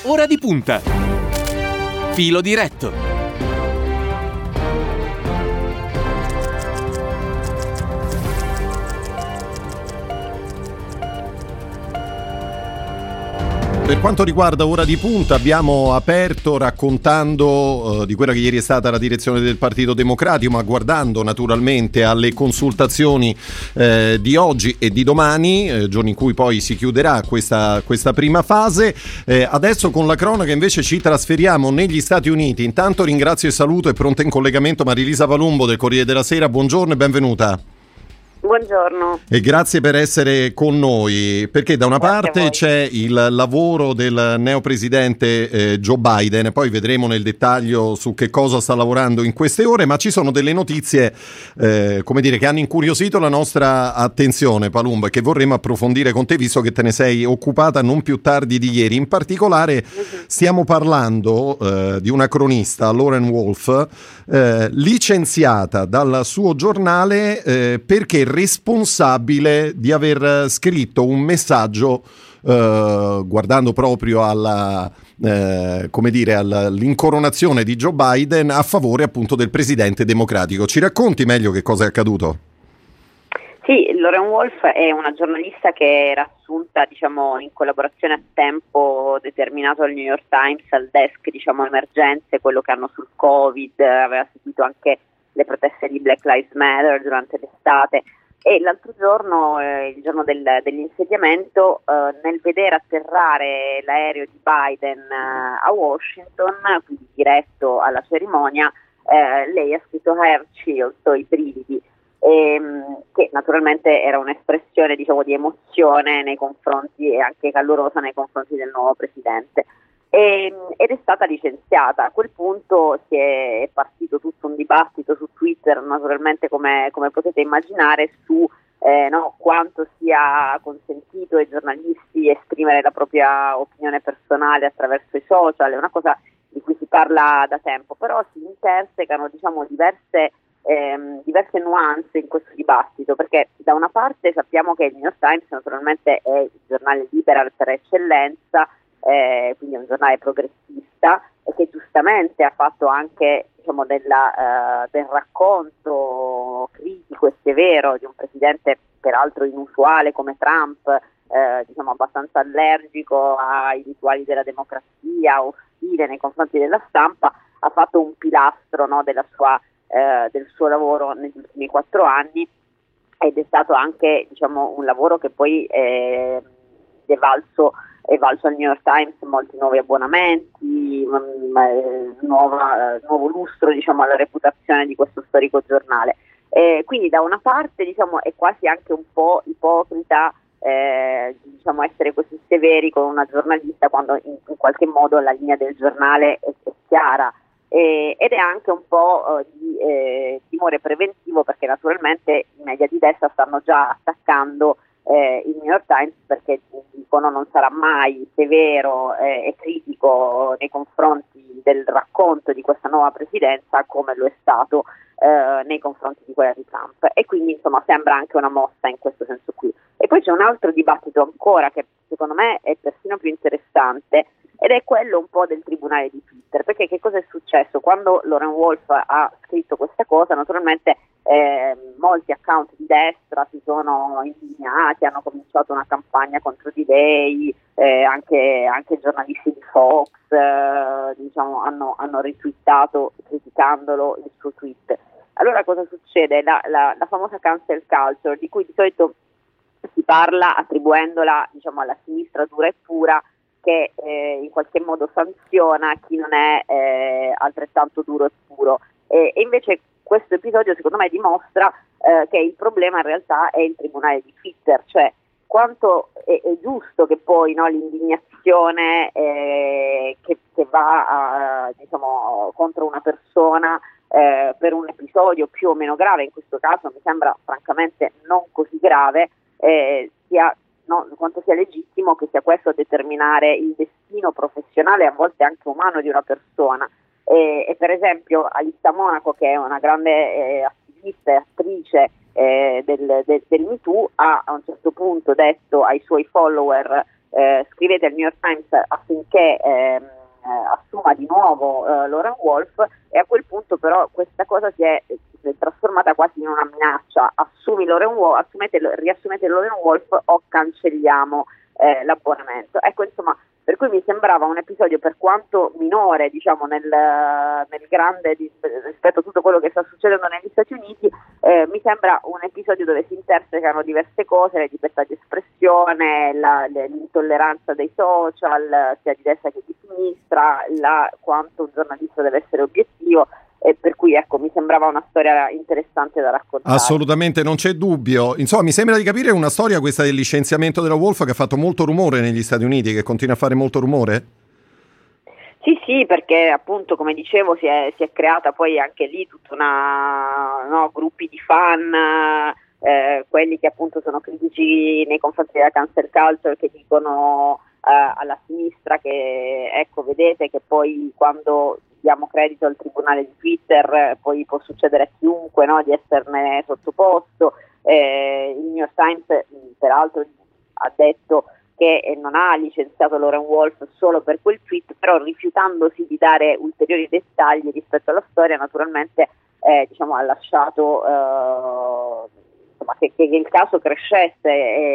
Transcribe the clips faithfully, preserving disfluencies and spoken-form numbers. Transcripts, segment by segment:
Ora di punta. Filo diretto. Per quanto riguarda Ora di Punta, abbiamo aperto raccontando uh, di quella che ieri è stata la direzione del Partito Democratico, ma guardando naturalmente alle consultazioni eh, di oggi e di domani, eh, giorni in cui poi si chiuderà questa, questa prima fase. Eh, adesso con la cronaca invece ci trasferiamo negli Stati Uniti. Intanto ringrazio e saluto, è pronta in collegamento Marilisa Palumbo del Corriere della Sera. Buongiorno e benvenuta. Buongiorno. E grazie per essere con noi, perché da una Grazie parte c'è il lavoro del neopresidente eh, Joe Biden, poi vedremo nel dettaglio su che cosa sta lavorando in queste ore, ma ci sono delle notizie eh, come dire, che hanno incuriosito la nostra attenzione, Palumbo, e che vorremmo approfondire con te, visto che te ne sei occupata non più tardi di ieri. In particolare stiamo parlando eh, di una cronista, Lauren Wolf, eh, licenziata dal suo giornale eh, perché responsabile di aver scritto un messaggio eh, guardando proprio alla eh, come dire all'incoronazione di Joe Biden a favore appunto del presidente democratico. Ci racconti meglio che cosa è accaduto? Sì, Lauren Wolf è una giornalista che era assunta, diciamo, in collaborazione a tempo determinato al New York Times, al desk, diciamo, emergenze, quello che hanno sul Covid, aveva seguito anche le proteste di Black Lives Matter durante l'estate. E l'altro giorno, eh, il giorno del, dell'insediamento, eh, nel vedere atterrare l'aereo di Biden eh, a Washington, quindi diretto alla cerimonia, eh, lei ha scritto "hair chills", o i brividi, ehm, che naturalmente era un'espressione, diciamo, di emozione nei confronti e anche calorosa nei confronti del nuovo presidente. E, ed è stata licenziata. A quel punto si è partito tutto un dibattito su Twitter, naturalmente, come, come potete immaginare, su eh, no, quanto sia consentito ai giornalisti esprimere la propria opinione personale attraverso i social. È una cosa di cui si parla da tempo, però si intersecano, diciamo, diverse ehm, diverse nuance in questo dibattito, perché da una parte sappiamo che il New York Times naturalmente è il giornale liberal per eccellenza, Eh, quindi è un giornale progressista e che giustamente ha fatto anche, diciamo, della, eh, del racconto critico e severo di un presidente peraltro inusuale come Trump, eh, diciamo abbastanza allergico ai rituali della democrazia, ostile nei confronti della stampa, ha fatto un pilastro, no, della sua, eh, del suo lavoro negli ultimi quattro anni, ed è stato anche, diciamo, un lavoro che poi eh, è valso è valso al New York Times molti nuovi abbonamenti, mh, nuova, nuovo lustro, diciamo, alla reputazione di questo storico giornale. Eh, quindi da una parte, diciamo, è quasi anche un po' ipocrita eh, diciamo, essere così severi con una giornalista quando in, in qualche modo la linea del giornale è, è chiara, eh, ed è anche un po' eh, di eh, timore preventivo, perché naturalmente i media di destra stanno già attaccando Eh, il New York Times, perché dicono non sarà mai severo eh, e critico nei confronti del racconto di questa nuova presidenza come lo è stato eh, nei confronti di quella di Trump, e quindi insomma sembra anche una mossa in questo senso qui. E poi c'è un altro dibattito ancora che secondo me è persino più interessante, ed è quello un po' del tribunale di Twitter, perché che cosa è successo? Quando Lauren Wolf ha scritto questa cosa, naturalmente eh, molti account di destra si sono indignati, hanno cominciato una campagna contro di lei, eh, anche, anche giornalisti di Fox eh, diciamo, hanno, hanno retweetato criticandolo il suo tweet. Allora cosa succede? La, la, la famosa cancel culture, di cui di solito si parla attribuendola, diciamo, alla sinistra dura e pura, che eh, in qualche modo sanziona chi non è eh, altrettanto duro e puro. E, e invece questo episodio secondo me dimostra eh, che il problema in realtà è il tribunale di Twitter, cioè quanto è, è giusto che poi, no, l'indignazione eh, che, che va a, diciamo, contro una persona eh, per un episodio più o meno grave, in questo caso mi sembra francamente non così grave, eh, sia No, quanto sia legittimo che sia questo a determinare il destino professionale e a volte anche umano di una persona. E, e per esempio Alissa Monaco, che è una grande eh, attivista e attrice eh, del, del, del Me Too, ha a un certo punto detto ai suoi follower eh, scrivete al New York Times affinché ehm, eh, assuma di nuovo eh, Lauren Wolf, e a quel punto però questa cosa si è, si è trasformata quasi in una minaccia: assumi Lauren Wolf, assumete, riassumete Lauren Wolf o cancelliamo eh, l'abbonamento. Ecco, insomma, per cui mi sembrava un episodio, per quanto minore, diciamo, nel, nel grande di, rispetto a tutto quello che sta succedendo negli Stati Uniti, eh, mi sembra un episodio dove si intersecano diverse cose: la libertà di espressione, la, l'intolleranza dei social, sia di destra che di sinistra, la, quanto un giornalista deve essere obiettivo. E per cui, ecco, mi sembrava una storia interessante da raccontare. Assolutamente, non c'è dubbio. Insomma, mi sembra di capire una storia, questa del licenziamento della Wolf, che ha fatto molto rumore negli Stati Uniti, che continua a fare molto rumore? Sì, sì, perché appunto, come dicevo, si è, si è creata poi anche lì tutta una, no, gruppi di fan, eh, quelli che appunto sono critici nei confronti della cancel culture, che dicono eh, alla sinistra che, ecco, vedete che poi quando diamo credito al tribunale di Twitter poi può succedere a chiunque, no, di esserne sottoposto. Eh, il New York Times peraltro ha detto che non ha licenziato Lauren Wolf solo per quel tweet, però rifiutandosi di dare ulteriori dettagli rispetto alla storia, naturalmente eh, diciamo, ha lasciato eh, insomma, che, che il caso crescesse,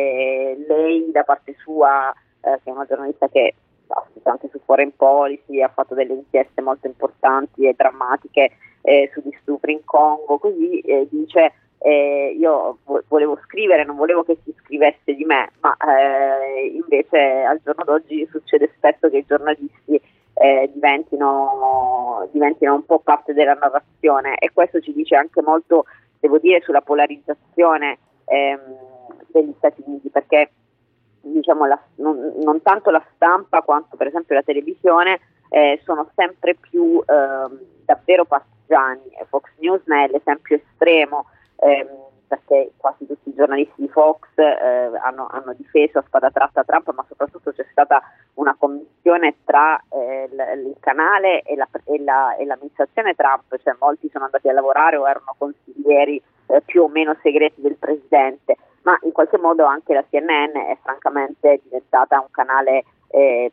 e lei da parte sua, eh, che è una giornalista che anche su Foreign Policy ha fatto delle inchieste molto importanti e drammatiche eh, sugli stupri in Congo, così eh, dice eh, io vo- volevo scrivere, non volevo che si scrivesse di me, ma eh, invece al giorno d'oggi succede spesso che i giornalisti eh, diventino, diventino un po' parte della narrazione, e questo ci dice anche molto, devo dire, sulla polarizzazione ehm, degli Stati Uniti, perché diciamo la, non, non tanto la stampa quanto per esempio la televisione eh, sono sempre più eh, davvero partigiani. Fox News ne è l'esempio estremo, ehm, perché quasi tutti i giornalisti di Fox eh, hanno, hanno difeso a spada tratta Trump, ma soprattutto c'è stata una commissione tra eh, l- il canale e, la, e, la, e l'amministrazione Trump, cioè molti sono andati a lavorare o erano consiglieri eh, più o meno segreti del presidente, ma in qualche modo anche la C N N è francamente diventata un canale eh,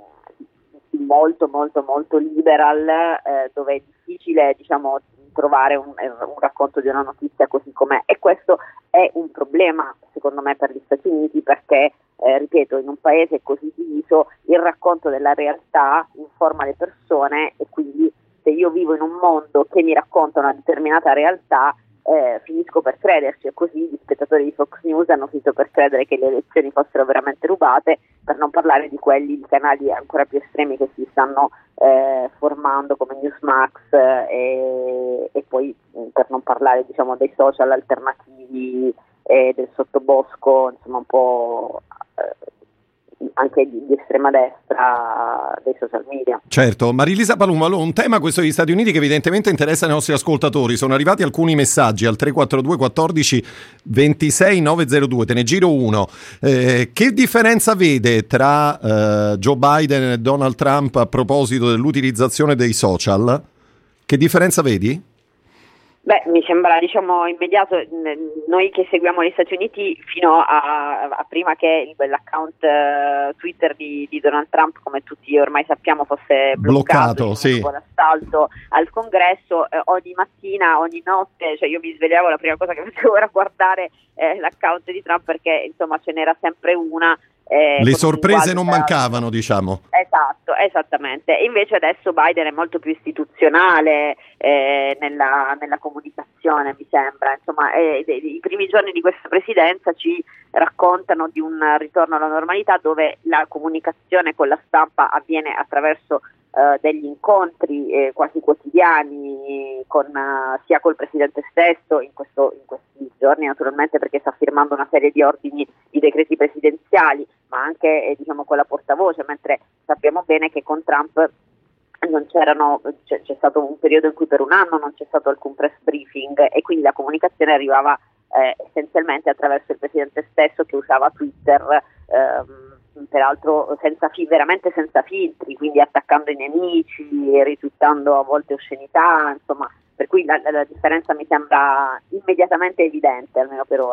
molto molto molto liberal, eh, dove è difficile, diciamo, trovare un, un racconto di una notizia così com'è, e questo è un problema secondo me per gli Stati Uniti, perché eh, ripeto, in un paese così diviso il racconto della realtà informa le persone, e quindi se io vivo in un mondo che mi racconta una determinata realtà Eh, finisco per crederci, e così gli spettatori di Fox News hanno finito per credere che le elezioni fossero veramente rubate, per non parlare di quelli di canali ancora più estremi che si stanno eh, formando come Newsmax, eh, e poi per non parlare, diciamo, dei social alternativi e del sottobosco, insomma, un po' eh, anche di, di estrema destra dei social media. Certo. Marilisa Palumbo, allora, un tema, questo degli Stati Uniti, che evidentemente interessa i nostri ascoltatori. Sono arrivati alcuni messaggi al tre quattro due quattordici ventisei novecentodue, te ne giro uno. Eh, che differenza vede tra eh, Joe Biden e Donald Trump a proposito dell'utilizzazione dei social? Che differenza vedi? Beh, mi sembra, diciamo, immediato. Noi che seguiamo gli Stati Uniti fino a, a prima che l'account uh, Twitter di, di Donald Trump, come tutti ormai sappiamo, fosse bloccato, bloccato, sì, dopo l'assalto al Congresso, eh, ogni mattina, ogni notte, cioè io mi svegliavo, la prima cosa che facevo era guardare eh, l'account di Trump, perché insomma ce n'era sempre una. Eh, Le sorprese non mancavano, diciamo. Esatto, esattamente. E invece adesso Biden è molto più istituzionale eh, nella, nella comunicazione, mi sembra. Insomma, eh, i primi giorni di questa presidenza ci raccontano di un ritorno alla normalità, dove la comunicazione con la stampa avviene attraverso Uh, degli incontri eh, quasi quotidiani con, uh, sia col presidente stesso in, questo, in questi giorni, naturalmente, perché sta firmando una serie di ordini di decreti presidenziali, ma anche eh, diciamo con la portavoce, mentre sappiamo bene che con Trump non c'erano, c'è, c'è stato un periodo in cui per un anno non c'è stato alcun press briefing, e quindi la comunicazione arrivava eh, essenzialmente attraverso il presidente stesso, che usava Twitter, ehm, peraltro senza fi- veramente senza filtri, quindi attaccando i nemici, ritwittando a volte oscenità, insomma, per cui la, la, la differenza mi sembra immediatamente evidente, almeno per ora.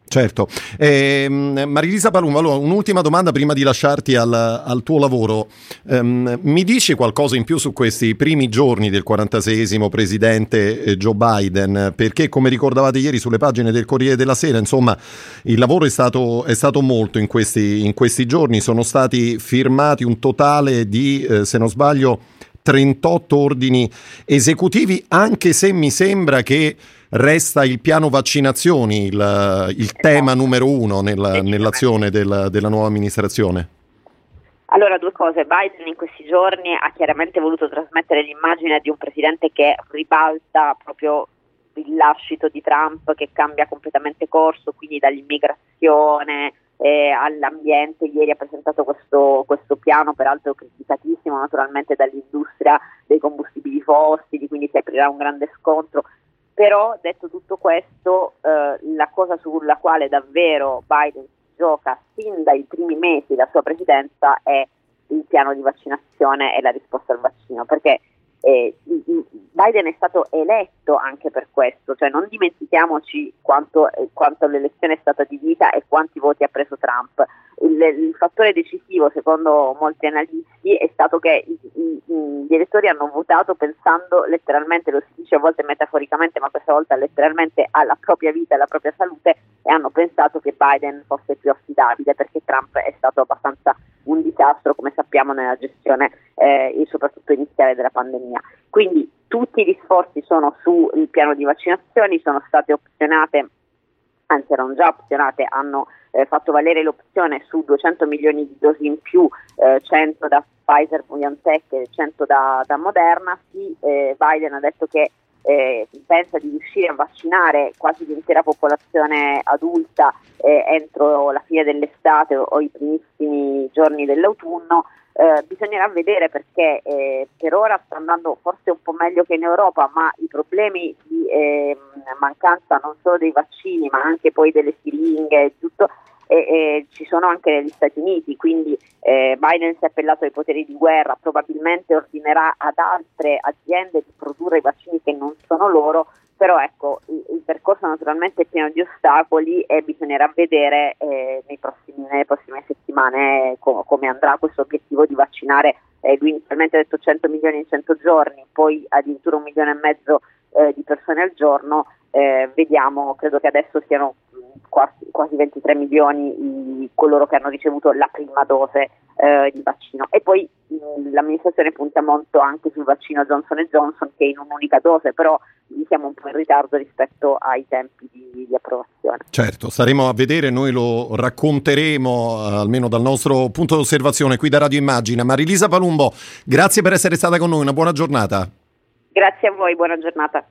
Certo. Eh, Marilisa Palumbo, allora, un'ultima domanda prima di lasciarti al, al tuo lavoro. Um, mi dici qualcosa in più su questi primi giorni del quarantaseiesimo presidente eh, Joe Biden? Perché, come ricordavate ieri sulle pagine del Corriere della Sera, insomma, il lavoro è stato, è stato molto in questi, in questi giorni. Sono stati firmati un totale di, eh, se non sbaglio, trentotto ordini esecutivi, anche se mi sembra che resta il piano vaccinazioni il, il tema numero uno nella, nell'azione del, della nuova amministrazione. Allora, due cose. Biden in questi giorni ha chiaramente voluto trasmettere l'immagine di un presidente che ribalta proprio il lascito di Trump, che cambia completamente corso, quindi dall'immigrazione eh, all'ambiente. Ieri ha presentato questo, questo piano, peraltro criticatissimo naturalmente dall'industria dei combustibili fossili, quindi si aprirà un grande scontro. Però, detto tutto questo, eh, la cosa sulla quale davvero Biden gioca sin dai primi mesi della sua presidenza è il piano di vaccinazione e la risposta al vaccino, perché eh, Biden è stato eletto anche per questo, cioè non dimentichiamoci quanto, eh, quanto l'elezione è stata divisa e quanti voti ha preso Trump. Il, il fattore decisivo, secondo molti analisti, è stato che i, i, gli elettori hanno votato pensando letteralmente, lo si dice a volte metaforicamente, ma questa volta letteralmente alla propria vita e alla propria salute, e hanno pensato che Biden fosse più affidabile, perché Trump è stato abbastanza un disastro, come sappiamo, nella gestione eh, e soprattutto iniziale della pandemia. Quindi tutti gli sforzi sono sul piano di vaccinazioni, sono state opzionate, anzi erano già opzionate, hanno eh, fatto valere l'opzione su duecento milioni di dosi in più, eh, cento da Pfizer BioNTech e cento da, da Moderna. Sì, eh, Biden ha detto che eh, pensa di riuscire a vaccinare quasi l'intera popolazione adulta eh, entro la fine dell'estate o, o i primissimi giorni dell'autunno. Eh, bisognerà vedere, perché eh, per ora sta andando forse un po' meglio che in Europa, ma i problemi di eh, mancanza non solo dei vaccini ma anche poi delle siringhe e tutto eh, eh, ci sono anche negli Stati Uniti, quindi eh, Biden si è appellato ai poteri di guerra, probabilmente ordinerà ad altre aziende di produrre i vaccini che non sono loro. Però ecco, il, il percorso naturalmente è pieno di ostacoli e bisognerà vedere eh, nei prossimi, nelle prossime settimane co- come andrà questo obiettivo di vaccinare. Eh, lui inizialmente ha detto cento milioni in cento giorni, poi addirittura un milione e mezzo eh, di persone al giorno. Eh, vediamo, credo che adesso siano quasi, quasi ventitré milioni i, coloro che hanno ricevuto la prima dose eh, di vaccino. E poi mh, l'amministrazione punta molto anche sul vaccino Johnson and Johnson, che è in un'unica dose, però siamo un po' in ritardo rispetto ai tempi di, di approvazione. Certo, staremo a vedere, noi lo racconteremo almeno dal nostro punto di osservazione qui da Radio Immagina. Marilisa Palumbo, grazie per essere stata con noi, una buona giornata. Grazie a voi, buona giornata.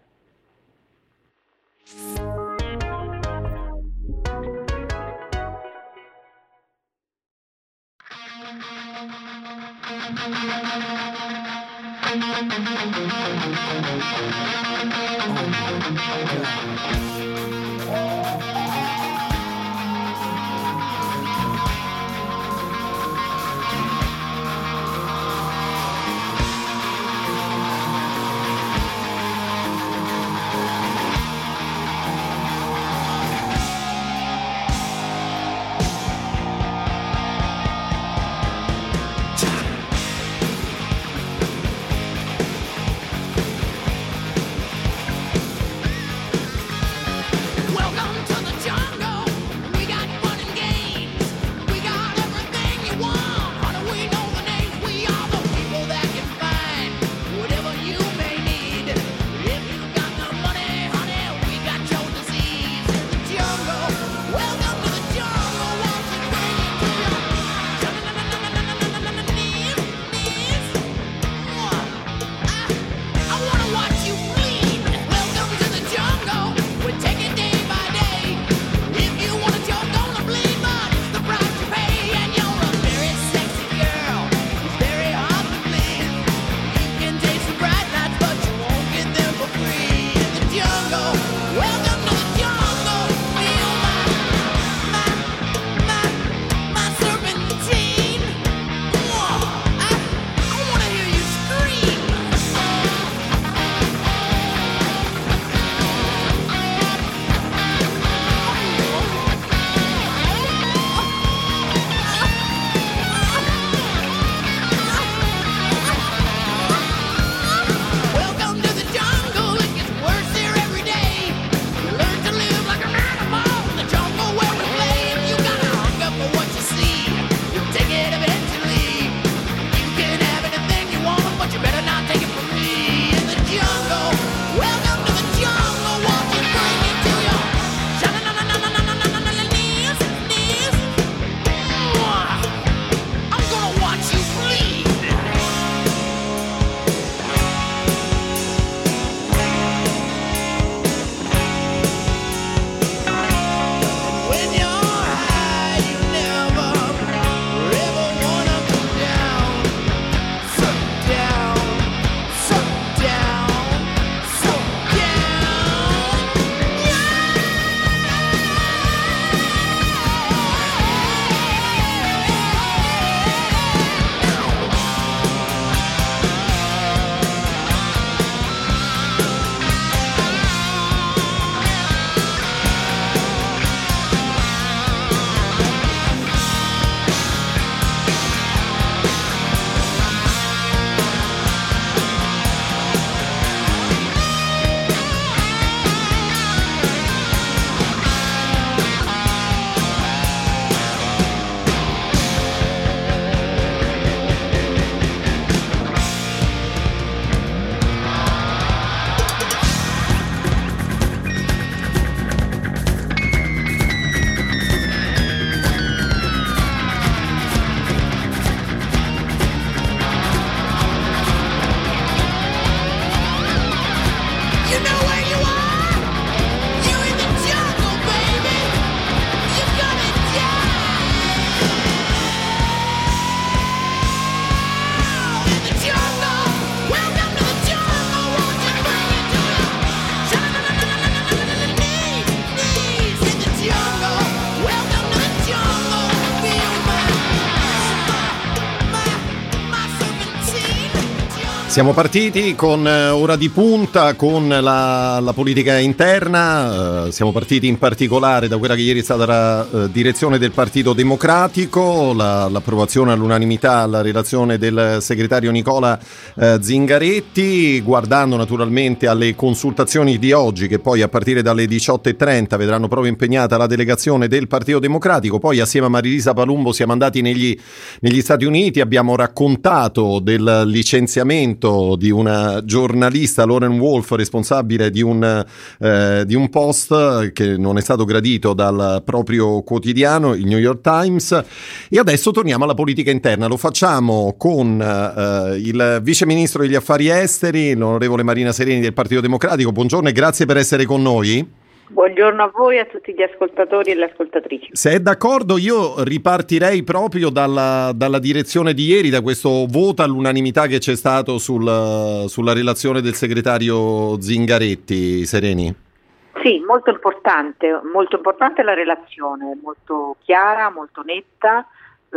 Siamo partiti con eh, ora di punta con la, la politica interna, eh, siamo partiti in particolare da quella che ieri è stata la eh, direzione del Partito Democratico, la, l'approvazione all'unanimità alla relazione del segretario Nicola eh, Zingaretti, guardando naturalmente alle consultazioni di oggi che poi a partire dalle diciotto e trenta vedranno proprio impegnata la delegazione del Partito Democratico. Poi assieme a Marilisa Palumbo siamo andati negli, negli Stati Uniti, abbiamo raccontato del licenziamento di una giornalista, Lauren Wolf, responsabile di un, eh, di un post che non è stato gradito dal proprio quotidiano, il New York Times. E adesso torniamo alla politica interna. Lo facciamo con eh, il vice ministro degli affari esteri, l'onorevole Marina Sereni del Partito Democratico. Buongiorno e grazie per essere con noi. Buongiorno a voi e a tutti gli ascoltatori e le ascoltatrici. Se è d'accordo io ripartirei proprio dalla, dalla direzione di ieri, da questo voto all'unanimità che c'è stato sul, sulla relazione del segretario Zingaretti. Sereni? Sì, molto importante, molto importante la relazione, molto chiara, molto netta, eh,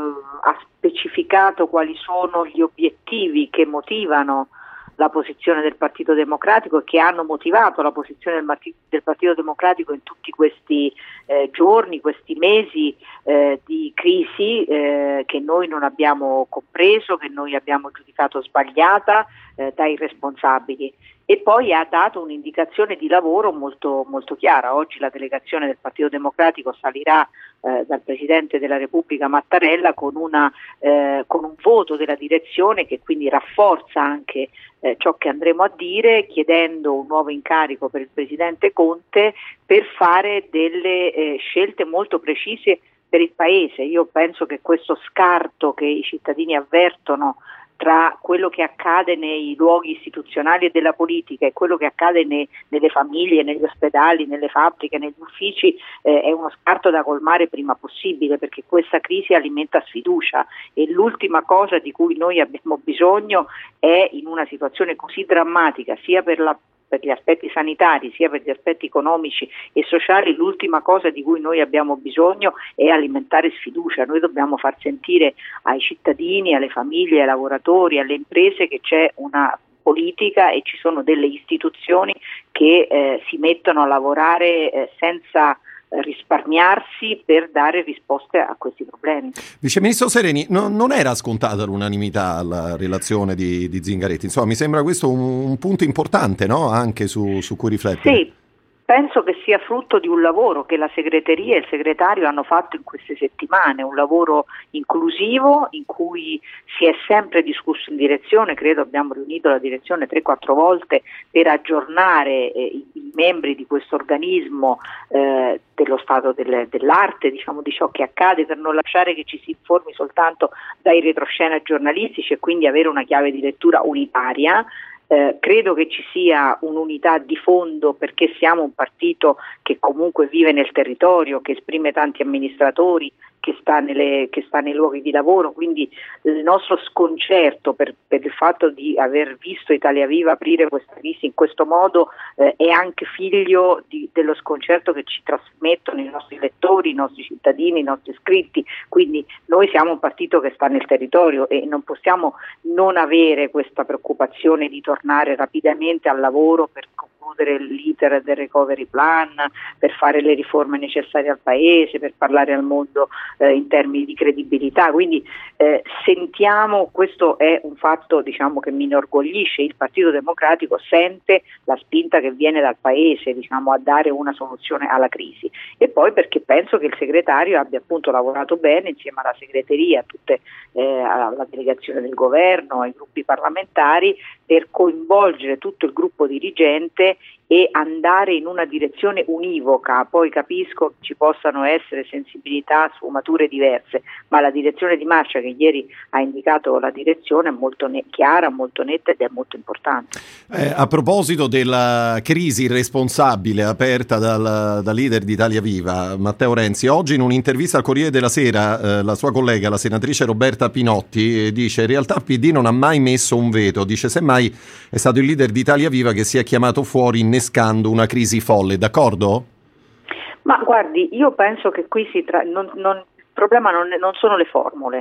ha specificato quali sono gli obiettivi che motivano la posizione del Partito Democratico e che hanno motivato la posizione del, Marti- del Partito Democratico in tutti questi eh, giorni, questi mesi eh, di crisi eh, che noi non abbiamo compreso, che noi abbiamo giudicato sbagliata eh, dai responsabili. E poi ha dato un'indicazione di lavoro molto, molto chiara. Oggi la delegazione del Partito Democratico salirà eh, dal Presidente della Repubblica Mattarella con, una, eh, con un voto della direzione che quindi rafforza anche eh, ciò che andremo a dire, chiedendo un nuovo incarico per il Presidente Conte per fare delle eh, scelte molto precise per il Paese. Io penso che questo scarto che i cittadini avvertono tra quello che accade nei luoghi istituzionali e della politica e quello che accade ne, nelle famiglie, negli ospedali, nelle fabbriche, negli uffici, eh, è uno scarto da colmare prima possibile, perché questa crisi alimenta sfiducia e l'ultima cosa di cui noi abbiamo bisogno è, in una situazione così drammatica, sia per la per gli aspetti sanitari sia per gli aspetti economici e sociali, l'ultima cosa di cui noi abbiamo bisogno è alimentare sfiducia. Noi dobbiamo far sentire ai cittadini, alle famiglie, ai lavoratori, alle imprese che c'è una politica e ci sono delle istituzioni che eh, si mettono a lavorare eh, senza risparmiarsi per dare risposte a questi problemi. Vice Ministro Sereni, no, non era scontata l'unanimità alla relazione di, di Zingaretti, insomma mi sembra questo un, un punto importante, no? Anche su, su cui riflettere. Sì, penso che sia frutto di un lavoro che la segreteria e il segretario hanno fatto in queste settimane, un lavoro inclusivo in cui si è sempre discusso in direzione, credo abbiamo riunito la direzione tre quattro volte per aggiornare eh, i, i membri di questo organismo eh, dello stato del, dell'arte, diciamo di ciò che accade, per non lasciare che ci si informi soltanto dai retroscena giornalistici e quindi avere una chiave di lettura unitaria. Eh, credo che ci sia un'unità di fondo perché siamo un partito che comunque vive nel territorio, che esprime tanti amministratori, che sta, nelle, che sta nei luoghi di lavoro, quindi il nostro sconcerto per, per il fatto di aver visto Italia Viva aprire questa crisi in questo modo eh, è anche figlio di, dello sconcerto che ci trasmettono i nostri lettori, i nostri cittadini, i nostri iscritti, quindi noi siamo un partito che sta nel territorio e non possiamo non avere questa preoccupazione di tornare rapidamente al lavoro per concludere l'iter del recovery plan, per fare le riforme necessarie al Paese, per parlare al mondo eh, in termini di credibilità. Quindi eh, sentiamo, questo è un fatto diciamo che mi inorgoglisce, il Partito Democratico sente la spinta che viene dal Paese diciamo a dare una soluzione alla crisi, e poi perché penso che il segretario abbia appunto lavorato bene insieme alla segreteria, a tutte, eh, alla delegazione del governo, ai gruppi parlamentari, per coinvolgere tutto il gruppo dirigente e andare in una direzione univoca. Poi capisco che ci possano essere sensibilità, sfumature diverse, ma la direzione di marcia che ieri ha indicato la direzione è molto ne- chiara, molto netta ed è molto importante. Eh, a proposito della crisi responsabile aperta dal, dal leader di Italia Viva, Matteo Renzi, oggi in un'intervista al Corriere della Sera eh, la sua collega, la senatrice Roberta Pinotti, eh, dice: in realtà il P D non ha mai messo un veto, dice semmai è stato il leader di Italia Viva che si è chiamato fuori innescando una crisi folle, d'accordo? Ma guardi, io penso che qui si tra... non, non... il problema non, non sono le formule,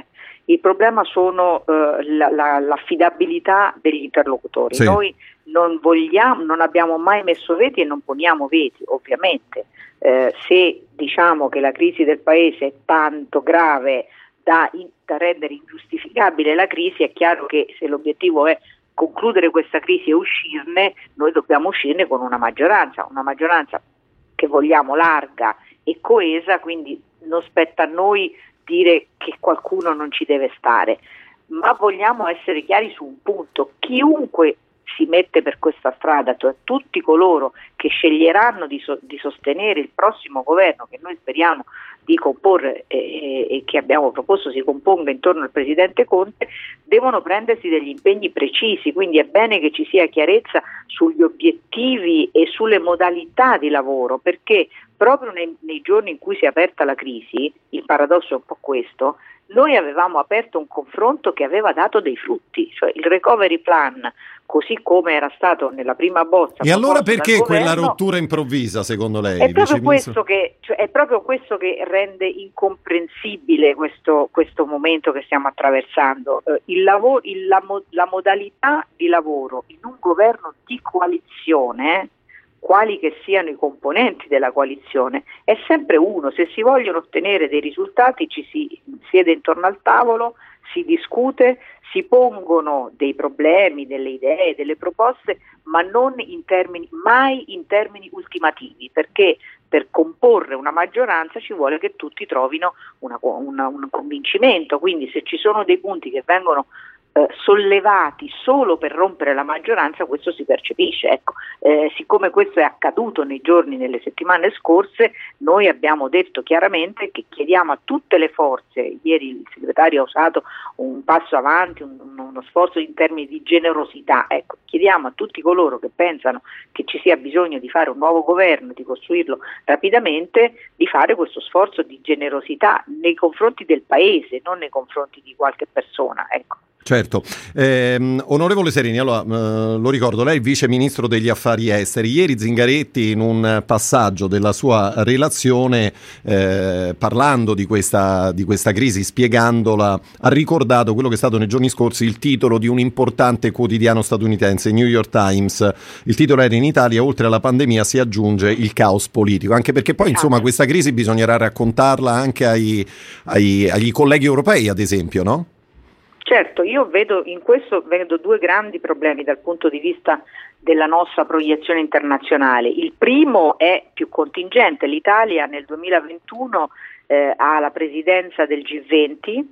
il problema sono eh, la, la, l'affidabilità degli interlocutori. Sì. Noi non vogliamo, non abbiamo mai messo veti e non poniamo veti, ovviamente. Eh, se diciamo che la crisi del paese è tanto grave da, in, da rendere ingiustificabile la crisi, è chiaro che se l'obiettivo è concludere questa crisi e uscirne, noi dobbiamo uscirne con una maggioranza, una maggioranza che vogliamo larga e coesa, quindi non spetta a noi dire che qualcuno non ci deve stare, ma vogliamo essere chiari su un punto: chiunque si mette per questa strada, cioè tutti coloro che sceglieranno di, so, di sostenere il prossimo governo che noi speriamo di comporre e, e che abbiamo proposto si componga intorno al Presidente Conte, devono prendersi degli impegni precisi, quindi è bene che ci sia chiarezza sugli obiettivi e sulle modalità di lavoro, perché proprio nei, nei giorni in cui si è aperta la crisi, il paradosso è un po' questo, noi avevamo aperto un confronto che aveva dato dei frutti, cioè il recovery plan, così come era stato nella prima bozza. E allora perché quella governo, rottura improvvisa, secondo lei? È proprio, questo che, cioè, è proprio questo che rende incomprensibile questo, questo momento che stiamo attraversando. Eh, il lavoro, il, la, la modalità di lavoro in un governo di coalizione, quali che siano i componenti della coalizione, è sempre uno. Se si vogliono ottenere dei risultati ci si siede intorno al tavolo, si discute, si pongono dei problemi, delle idee, delle proposte, ma non in termini, mai in termini ultimativi, perché per comporre una maggioranza ci vuole che tutti trovino una, una, un convincimento, quindi se ci sono dei punti che vengono eh, sollevati solo per rompere la maggioranza, questo si percepisce. Ecco, eh, siccome questo è accaduto nei giorni, nelle settimane scorse, noi abbiamo detto chiaramente che chiediamo a tutte le forze, ieri il segretario ha usato un passo avanti, un, uno sforzo in termini di generosità, ecco, chiediamo a tutti coloro che pensano che ci sia bisogno di fare un nuovo governo, di costruirlo rapidamente, di fare questo sforzo di generosità nei confronti del Paese, non nei confronti di qualche persona, ecco. Certo. Eh, onorevole Serini, allora eh, lo ricordo, lei è vice ministro degli affari esteri. Ieri Zingaretti in un passaggio della sua relazione eh, parlando di questa, di questa crisi, spiegandola, ha ricordato quello che è stato nei giorni scorsi il titolo di un importante quotidiano statunitense, New York Times. Il titolo era: in Italia oltre alla pandemia si aggiunge il caos politico, anche perché poi insomma questa crisi bisognerà raccontarla anche ai, ai, agli colleghi europei, ad esempio, no? Certo, io vedo in questo vedo due grandi problemi dal punto di vista della nostra proiezione internazionale. Il primo è più contingente: l'Italia nel duemilaventuno eh, ha la presidenza del G venti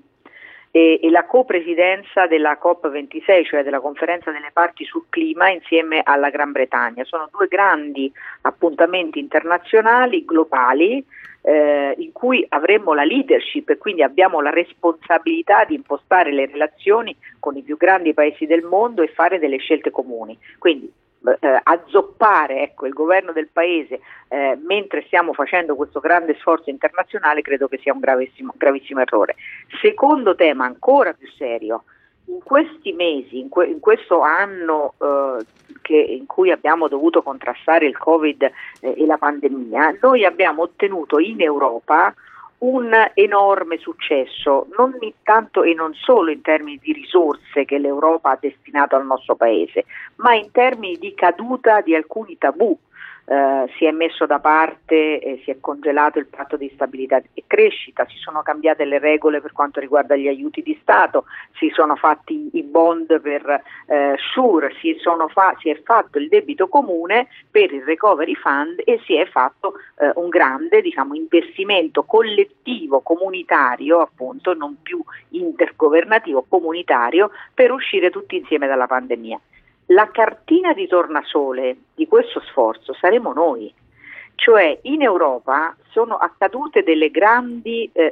e, e la copresidenza della COP ventisei, cioè della conferenza delle parti sul clima, insieme alla Gran Bretagna. Sono due grandi appuntamenti internazionali, globali, Eh, in cui avremo la leadership e quindi abbiamo la responsabilità di impostare le relazioni con i più grandi paesi del mondo e fare delle scelte comuni. Quindi eh, azzoppare ecco, il governo del paese eh, mentre stiamo facendo questo grande sforzo internazionale credo che sia un gravissimo, gravissimo errore. Secondo tema ancora più serio: in questi mesi, in, que- in questo anno eh, che, in cui abbiamo dovuto contrastare il Covid eh, e la pandemia, noi abbiamo ottenuto in Europa un enorme successo, non tanto e non solo in termini di risorse che l'Europa ha destinato al nostro paese, ma in termini di caduta di alcuni tabù. Uh, si è messo da parte, eh, si è congelato il patto di stabilità e crescita, si sono cambiate le regole per quanto riguarda gli aiuti di Stato, si sono fatti i bond per eh, SURE, si, sono fa- si è fatto il debito comune per il recovery fund e si è fatto eh, un grande diciamo, investimento collettivo, comunitario, appunto, non più intergovernativo, comunitario, per uscire tutti insieme dalla pandemia. La cartina di tornasole di questo sforzo saremo noi, cioè in Europa sono accadute delle grandi, eh,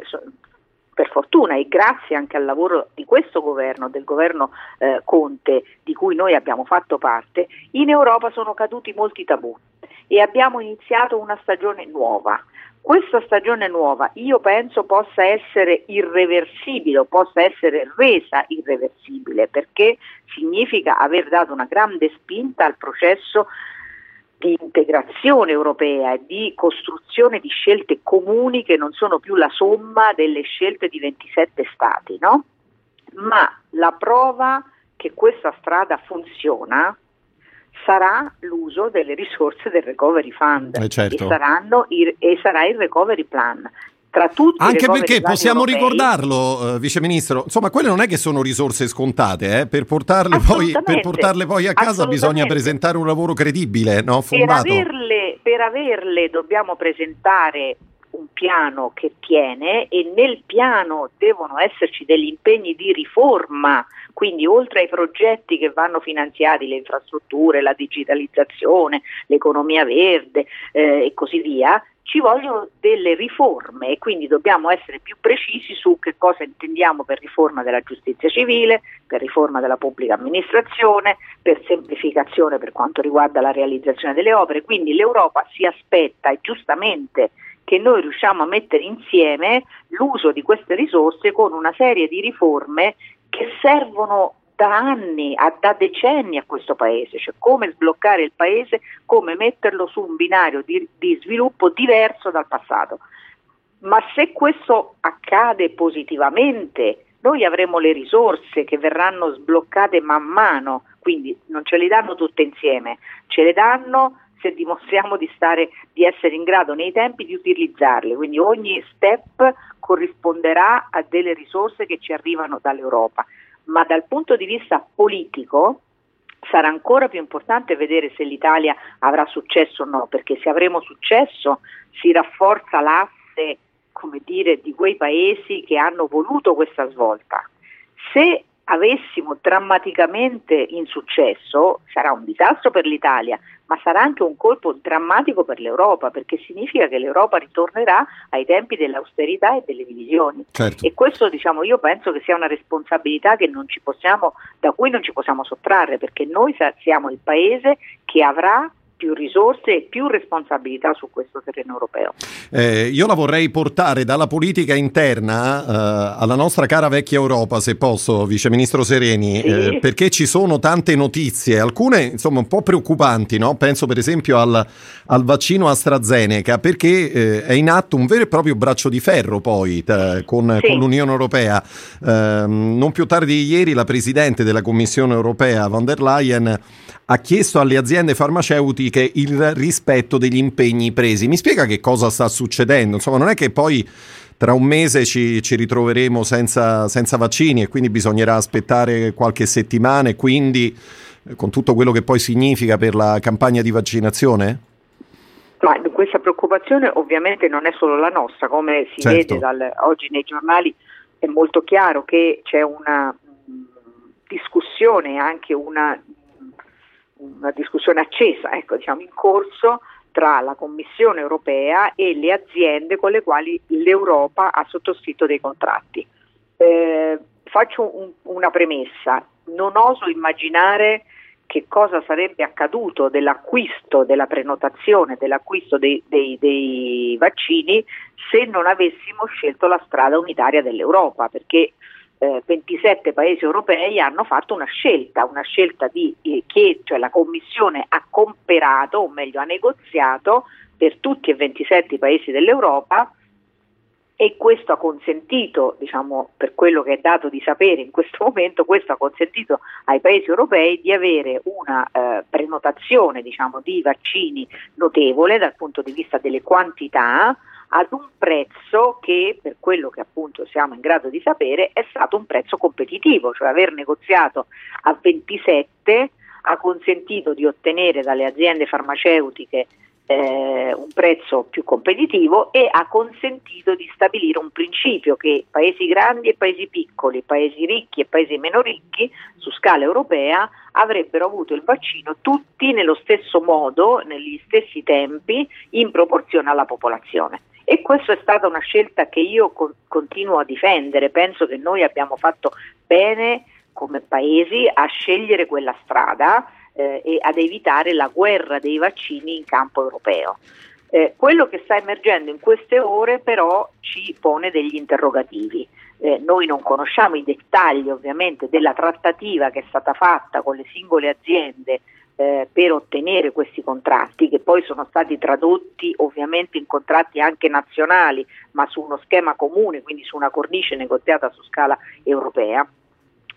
per fortuna e grazie anche al lavoro di questo governo, del governo eh, Conte, di cui noi abbiamo fatto parte, in Europa sono caduti molti tabù e abbiamo iniziato una stagione nuova. Questa stagione nuova io penso possa essere irreversibile o possa essere resa irreversibile, perché significa aver dato una grande spinta al processo di integrazione europea e di costruzione di scelte comuni che non sono più la somma delle scelte di ventisette stati, no? ma la prova che questa strada funziona sarà l'uso delle risorse del Recovery Fund eh certo. e, saranno i, e sarà il Recovery Plan. Tra tutti Anche perché possiamo europei, ricordarlo, eh, Vice Ministro, insomma, quelle non è che sono risorse scontate, eh? per, portarle poi, per portarle poi a casa bisogna presentare un lavoro credibile, no? Fondato. Per averle, per averle dobbiamo presentare un piano che tiene, e nel piano devono esserci degli impegni di riforma, quindi oltre ai progetti che vanno finanziati, le infrastrutture, la digitalizzazione, l'economia verde eh, e così via, ci vogliono delle riforme, e quindi dobbiamo essere più precisi su che cosa intendiamo per riforma della giustizia civile, per riforma della pubblica amministrazione, per semplificazione per quanto riguarda la realizzazione delle opere. Quindi l'Europa si aspetta, e giustamente, che noi riusciamo a mettere insieme l'uso di queste risorse con una serie di riforme che servono da anni, a, da decenni a questo paese, cioè come sbloccare il paese, come metterlo su un binario di, di sviluppo diverso dal passato. Ma se questo accade positivamente, noi avremo le risorse che verranno sbloccate man mano, quindi non ce le danno tutte insieme, ce le danno se dimostriamo di stare, di essere in grado nei tempi di utilizzarle, quindi ogni step corrisponderà a delle risorse che ci arrivano dall'Europa. Ma dal punto di vista politico sarà ancora più importante vedere se l'Italia avrà successo o no, perché se avremo successo si rafforza l'asse, come dire, di quei paesi che hanno voluto questa svolta. Se avessimo drammaticamente insuccesso, sarà un disastro per l'Italia, ma sarà anche un colpo drammatico per l'Europa, perché significa che l'Europa ritornerà ai tempi dell'austerità e delle divisioni. Certo. E questo, diciamo, io penso che sia una responsabilità che non ci possiamo, da cui non ci possiamo sottrarre, perché noi siamo il paese che avrà più risorse e più responsabilità su questo terreno europeo. Eh, io la vorrei portare dalla politica interna eh, alla nostra cara vecchia Europa, se posso, Vice Ministro Sereni, sì. eh, perché ci sono tante notizie, alcune insomma un po' preoccupanti, no? Penso per esempio al, al vaccino AstraZeneca, perché eh, è in atto un vero e proprio braccio di ferro poi t- con, sì. con l'Unione Europea. Eh, non più tardi di ieri la Presidente della Commissione Europea, von der Leyen, ha chiesto alle aziende farmaceutiche il rispetto degli impegni presi. Mi spiega che cosa sta succedendo? Insomma, non è che poi tra un mese ci, ci ritroveremo senza, senza vaccini e quindi bisognerà aspettare qualche settimana, e quindi con tutto quello che poi significa per la campagna di vaccinazione? Ma questa preoccupazione ovviamente non è solo la nostra, come si certo. vede dal, oggi nei giornali è molto chiaro che c'è una mh, discussione, anche una una discussione accesa, ecco, diciamo, in corso tra la Commissione Europea e le aziende con le quali l'Europa ha sottoscritto dei contratti. Eh, faccio un, una premessa: non oso immaginare che cosa sarebbe accaduto dell'acquisto, della prenotazione, dell'acquisto dei, dei, dei vaccini se non avessimo scelto la strada unitaria dell'Europa, perché Eh, ventisette paesi europei hanno fatto una scelta, una scelta di eh, che cioè la Commissione ha comperato, o meglio ha negoziato per tutti e ventisette i paesi dell'Europa, e questo ha consentito, diciamo, per quello che è dato di sapere in questo momento, questo ha consentito ai paesi europei di avere una eh, prenotazione, diciamo, di vaccini notevole dal punto di vista delle quantità, ad un prezzo che, per quello che appunto siamo in grado di sapere, è stato un prezzo competitivo, cioè aver negoziato a ventisette ha consentito di ottenere dalle aziende farmaceutiche eh, un prezzo più competitivo, e ha consentito di stabilire un principio che paesi grandi e paesi piccoli, paesi ricchi e paesi meno ricchi su scala europea avrebbero avuto il vaccino tutti nello stesso modo, negli stessi tempi, in proporzione alla popolazione. E questa è stata una scelta che io co- continuo a difendere. Penso che noi abbiamo fatto bene come paesi a scegliere quella strada eh, e ad evitare la guerra dei vaccini in campo europeo. Eh, quello che sta emergendo in queste ore però ci pone degli interrogativi. Eh, noi non conosciamo i dettagli ovviamente della trattativa che è stata fatta con le singole aziende Eh, per ottenere questi contratti, che poi sono stati tradotti ovviamente in contratti anche nazionali, ma su uno schema comune, quindi su una cornice negoziata su scala europea.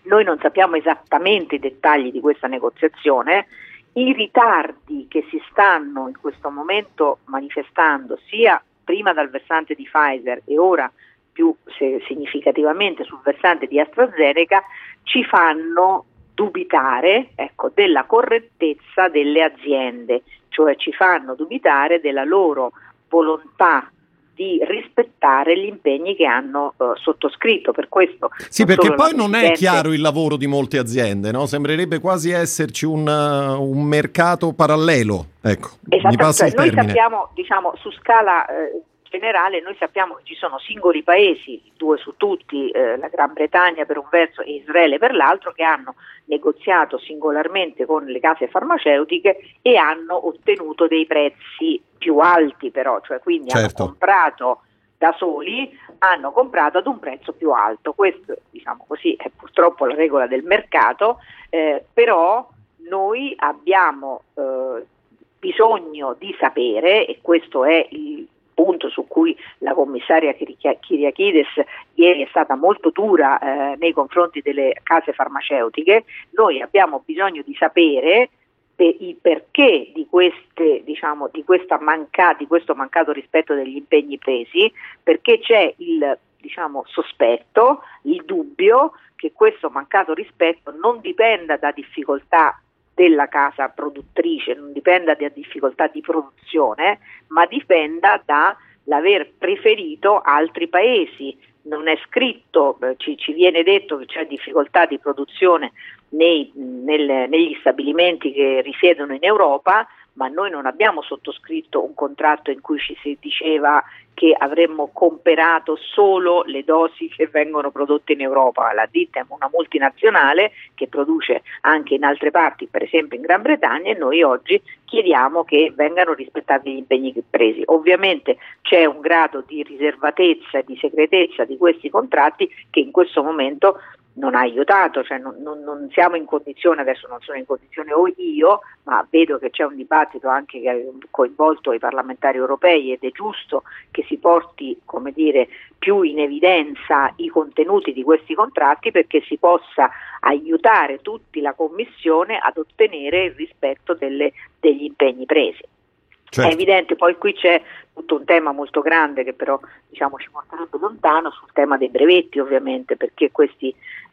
Noi non sappiamo esattamente i dettagli di questa negoziazione. I ritardi che si stanno in questo momento manifestando sia prima dal versante di Pfizer e ora più se, significativamente sul versante di AstraZeneca ci fanno dubitare, ecco, della correttezza delle aziende, cioè ci fanno dubitare della loro volontà di rispettare gli impegni che hanno uh, sottoscritto. Per questo sì, perché poi non è chiaro il lavoro di molte aziende, no? Sembrerebbe quasi esserci un, uh, un mercato parallelo, ecco. Esatto, mi passa il noi termine. sappiamo, diciamo, su scala eh, generale, noi sappiamo che ci sono singoli paesi, due su tutti, eh, la Gran Bretagna per un verso e Israele per l'altro, che hanno negoziato singolarmente con le case farmaceutiche e hanno ottenuto dei prezzi più alti, però, cioè quindi certo. hanno comprato da soli, hanno comprato ad un prezzo più alto. Questo, diciamo così, è purtroppo la regola del mercato, eh, però noi abbiamo eh, bisogno di sapere, e questo è il punto su cui la commissaria Kyriakides ieri è stata molto dura eh, nei confronti delle case farmaceutiche. Noi abbiamo bisogno di sapere per il perché di queste, diciamo, di questa manca, di questo mancato rispetto degli impegni presi, perché c'è il, diciamo, sospetto, il dubbio che questo mancato rispetto non dipenda da difficoltà della casa produttrice, non dipenda da difficoltà di produzione, ma dipenda dall'aver preferito altri paesi. Non è scritto, ci, ci viene detto che c'è difficoltà di produzione nei, nel, negli stabilimenti che risiedono in Europa, ma noi non abbiamo sottoscritto un contratto in cui ci si diceva che avremmo comperato solo le dosi che vengono prodotte in Europa. La ditta è una multinazionale che produce anche in altre parti, per esempio in Gran Bretagna, e noi oggi chiediamo che vengano rispettati gli impegni presi. Ovviamente c'è un grado di riservatezza e di segretezza di questi contratti che in questo momento non ha aiutato, cioè non, non, non siamo in condizione, adesso non sono in condizione io, ma vedo che c'è un dibattito anche che ha coinvolto i parlamentari europei ed è giusto che si porti, come dire, più in evidenza i contenuti di questi contratti perché si possa aiutare tutti la Commissione ad ottenere il rispetto delle, degli impegni presi. Certo. È evidente, poi qui c'è tutto un tema molto grande che però, diciamo, ci porterebbe lontano sul tema dei brevetti, ovviamente, perché questi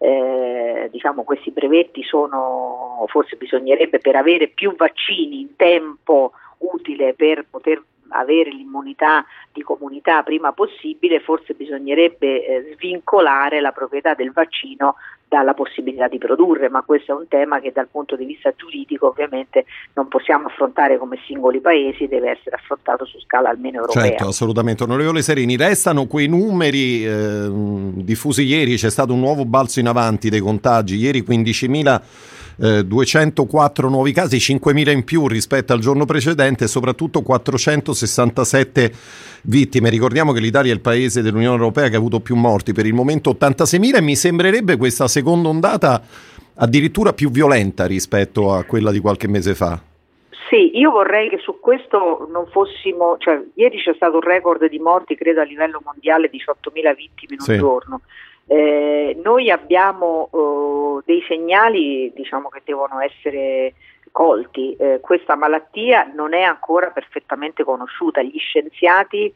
eh, diciamo questi brevetti sono, forse bisognerebbe, per avere più vaccini in tempo utile per poter avere l'immunità di comunità prima possibile, forse bisognerebbe eh, svincolare la proprietà del vaccino dalla possibilità di produrre, ma questo è un tema che dal punto di vista giuridico ovviamente non possiamo affrontare come singoli paesi, deve essere affrontato su scala almeno europea. Certo, assolutamente. Onorevole Serini, restano quei numeri eh, diffusi ieri, c'è stato un nuovo balzo in avanti dei contagi, ieri quindicimila duecentoquattro nuovi casi, cinquemila in più rispetto al giorno precedente e soprattutto quattrocentosessantasette vittime. Ricordiamo che l'Italia è il paese dell'Unione Europea che ha avuto più morti, per il momento ottantaseimila, e mi sembrerebbe questa seconda ondata addirittura più violenta rispetto a quella di qualche mese fa. Sì, io vorrei che su questo non fossimo, cioè ieri c'è stato un record di morti, credo a livello mondiale, diciottomila vittime in un sì. giorno. Eh, noi abbiamo uh, dei segnali, diciamo, che devono essere colti. Eh, questa malattia non è ancora perfettamente conosciuta, gli scienziati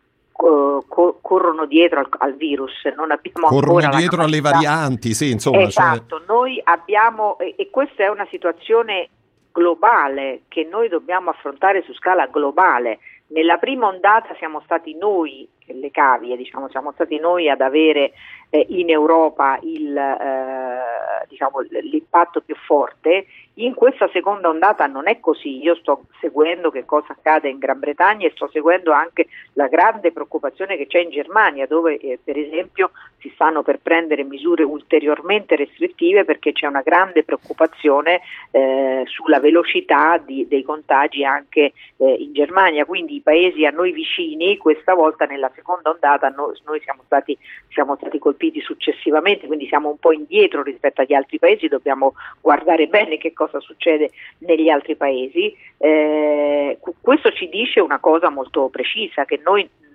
uh, co- corrono dietro al, al virus, non abbiamo corrono ancora dietro la alle varianti, sì, insomma. Esatto, cioè... noi abbiamo, e, e questa è una situazione globale che noi dobbiamo affrontare su scala globale. Nella prima ondata siamo stati noi, le cavie, diciamo, siamo stati noi ad avere eh, in Europa il, eh, diciamo, l'impatto più forte. In questa seconda ondata non è così. Io sto seguendo che cosa accade in Gran Bretagna e sto seguendo anche la grande preoccupazione che c'è in Germania, dove eh, per esempio si stanno per prendere misure ulteriormente restrittive perché c'è una grande preoccupazione eh, sulla velocità di, dei contagi anche eh, in Germania. Quindi i paesi a noi vicini questa volta nella seconda ondata noi, noi siamo stati siamo stati colpiti successivamente, quindi siamo un po' indietro rispetto agli altri paesi, dobbiamo guardare bene che cosa succede negli altri paesi. Eh, questo ci dice una cosa molto precisa, che noi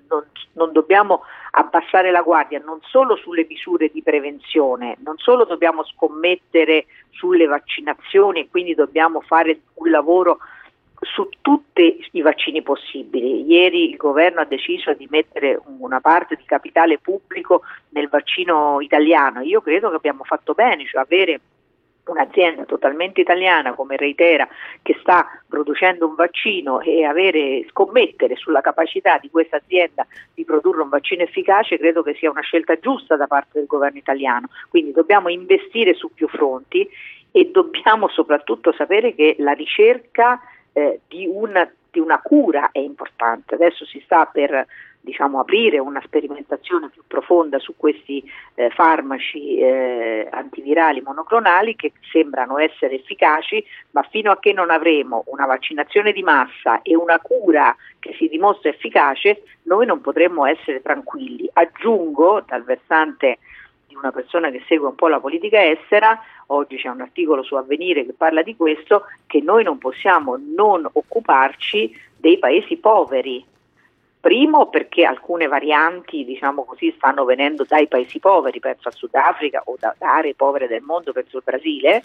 non, non dobbiamo abbassare la guardia non solo sulle misure di prevenzione, non solo dobbiamo scommettere sulle vaccinazioni e quindi dobbiamo fare un lavoro su tutti i vaccini possibili. Ieri il governo ha deciso di mettere una parte di capitale pubblico nel vaccino italiano. Io credo che abbiamo fatto bene, cioè avere un'azienda totalmente italiana come Reitera che sta producendo un vaccino e avere scommettere sulla capacità di questa azienda di produrre un vaccino efficace, credo che sia una scelta giusta da parte del governo italiano. Quindi dobbiamo investire su più fronti e dobbiamo soprattutto sapere che la ricerca eh, di una, di una cura è importante. Adesso si sta per diciamo aprire una sperimentazione più profonda su questi eh, farmaci eh, antivirali monoclonali che sembrano essere efficaci, ma fino a che non avremo una vaccinazione di massa e una cura che si dimostra efficace, noi non potremmo essere tranquilli. Aggiungo, dal versante di una persona che segue un po' la politica estera, oggi c'è un articolo su Avvenire che parla di questo, che noi non possiamo non occuparci dei paesi poveri. Primo perché alcune varianti, diciamo così, stanno venendo dai paesi poveri, penso al Sudafrica o da, da aree povere del mondo, penso al Brasile,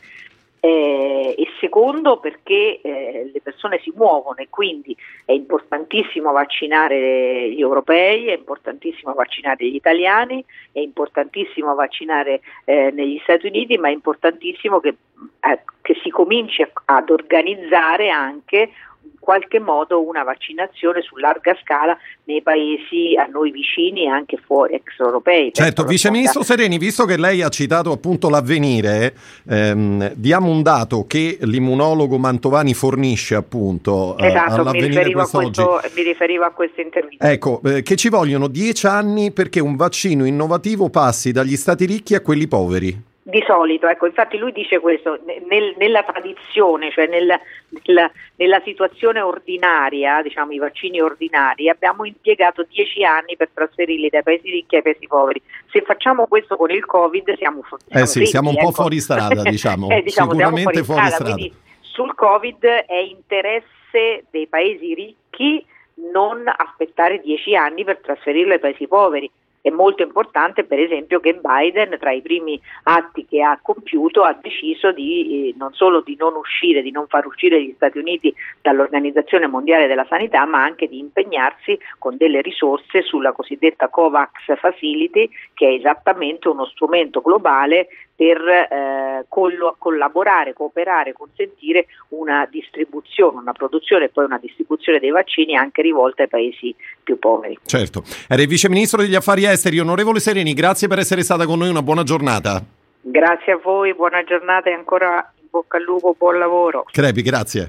eh, e secondo perché eh, le persone si muovono e quindi è importantissimo vaccinare gli europei, è importantissimo vaccinare gli italiani, è importantissimo vaccinare eh, negli Stati Uniti, ma è importantissimo che, eh, che si cominci a, ad organizzare anche in qualche modo una vaccinazione su larga scala nei paesi a noi vicini e anche fuori extraeuropei. Certo, Vice Ministro Sereni, visto che lei ha citato appunto l'Avvenire, ehm, diamo un dato che l'immunologo Mantovani fornisce appunto esatto, all'Avvenire mi riferivo, a questo, oggi. mi riferivo a questa intervista. Ecco, eh, che ci vogliono dieci anni perché un vaccino innovativo passi dagli stati ricchi a quelli poveri. Di solito, ecco, infatti lui dice questo, nel, nella tradizione, cioè nel, nella, nella situazione ordinaria, diciamo i vaccini ordinari, abbiamo impiegato dieci anni per trasferirli dai paesi ricchi ai paesi poveri. Se facciamo questo con il Covid siamo, siamo Eh sì, ricchi, siamo un ecco. po' fuori strada, diciamo, eh, diciamo sicuramente fuori fuori strada, strada. quindi sul Covid è interesse dei paesi ricchi non aspettare dieci anni per trasferirlo ai paesi poveri. È molto importante per esempio che Biden tra i primi atti che ha compiuto ha deciso di eh, non solo di non uscire, di non far uscire gli Stati Uniti dall'Organizzazione Mondiale della Sanità, ma anche di impegnarsi con delle risorse sulla cosiddetta COVAX Facility, che è esattamente uno strumento globale per eh, collo- collaborare, cooperare, consentire una distribuzione, una produzione e poi una distribuzione dei vaccini anche rivolta ai paesi più poveri. Certo. Era il Vice Ministro degli Affari Esteri, onorevole Sereni, grazie per essere stata con noi, una buona giornata. Grazie a voi, buona giornata e ancora in bocca al lupo, buon lavoro. Crepi, grazie.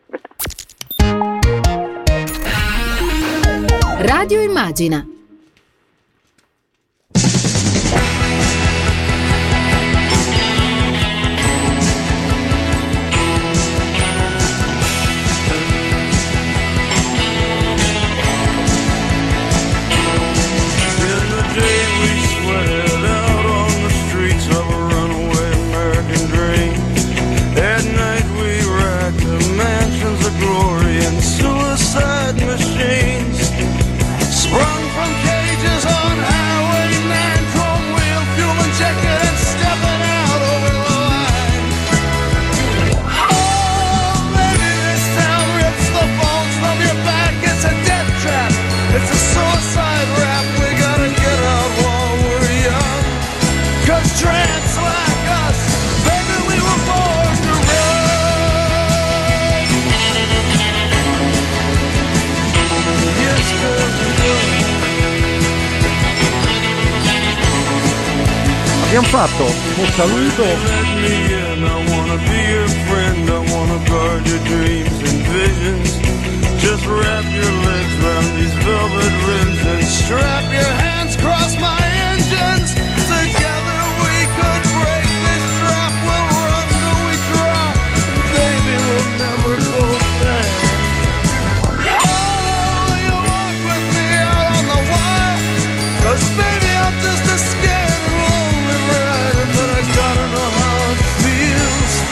Radio Immagina. Abbiamo fatto un saluto. Just wrap your legs round these velvet rims and strap your hands across my engines. Together we could break this trap. We'll run till we drop. Baby, we'll never go back. Oh, you walk with me out on the wire. 'Cause baby, I'm just a scared and lonely rider, but I gotta know how it feels.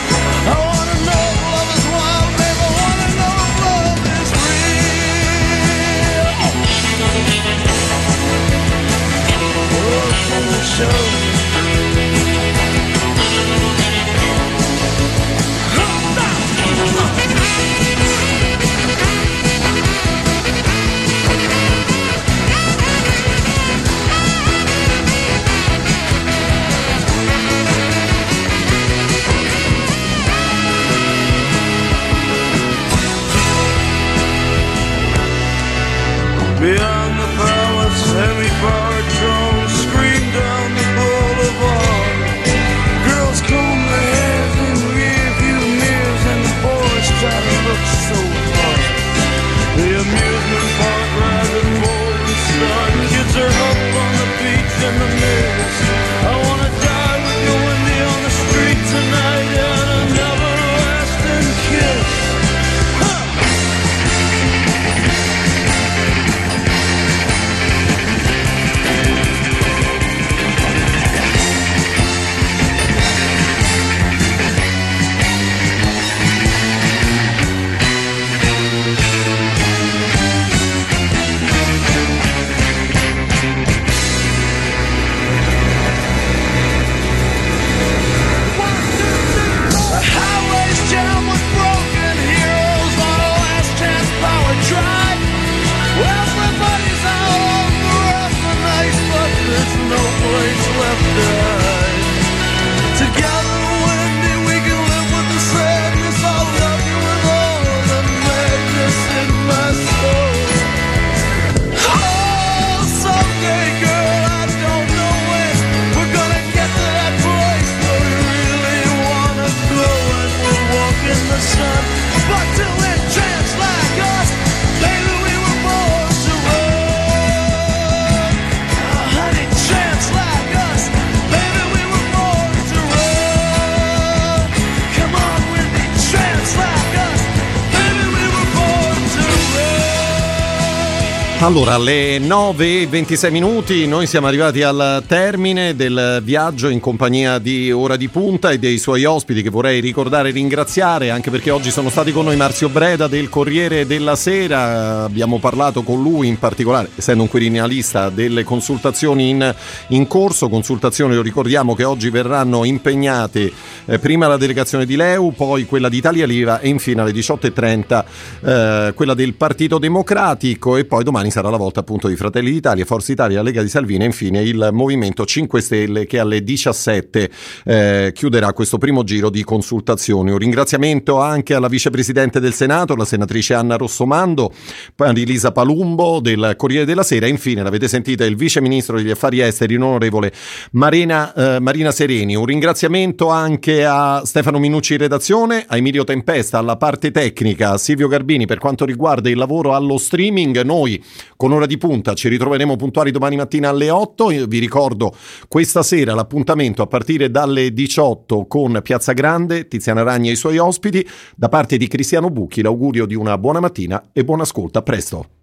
Allora, alle nove e ventisei minuti noi siamo arrivati al termine del viaggio in compagnia di Ora di Punta e dei suoi ospiti, che vorrei ricordare e ringraziare, anche perché oggi sono stati con noi Marzio Breda del Corriere della Sera. Abbiamo parlato con lui in particolare, essendo un quirinalista, delle consultazioni in, in corso, consultazioni, lo ricordiamo, che oggi verranno impegnate eh, prima la delegazione di L E U, poi quella di Italia Viva e infine alle diciotto e trenta eh, quella del Partito Democratico, e poi domani sarà la volta appunto di Fratelli d'Italia, Forza Italia, Lega di Salvini e infine il Movimento cinque Stelle, che alle diciassette eh, chiuderà questo primo giro di consultazioni. Un ringraziamento anche alla vicepresidente del Senato, la senatrice Anna Rossomando, poi Annalisa Palumbo del Corriere della Sera e infine, l'avete sentita, il vice ministro degli affari esteri, l'onorevole Marina, eh, Marina Sereni. Un ringraziamento anche a Stefano Minucci in redazione, a Emilio Tempesta alla parte tecnica, a Silvio Garbini per quanto riguarda il lavoro allo streaming. Noi con Ora di Punta ci ritroveremo puntuali domani mattina alle otto. Io vi ricordo questa sera l'appuntamento a partire dalle diciotto con Piazza Grande, Tiziana Ragni e i suoi ospiti. Da parte di Cristiano Bucchi l'augurio di una buona mattina e buon ascolto. A presto.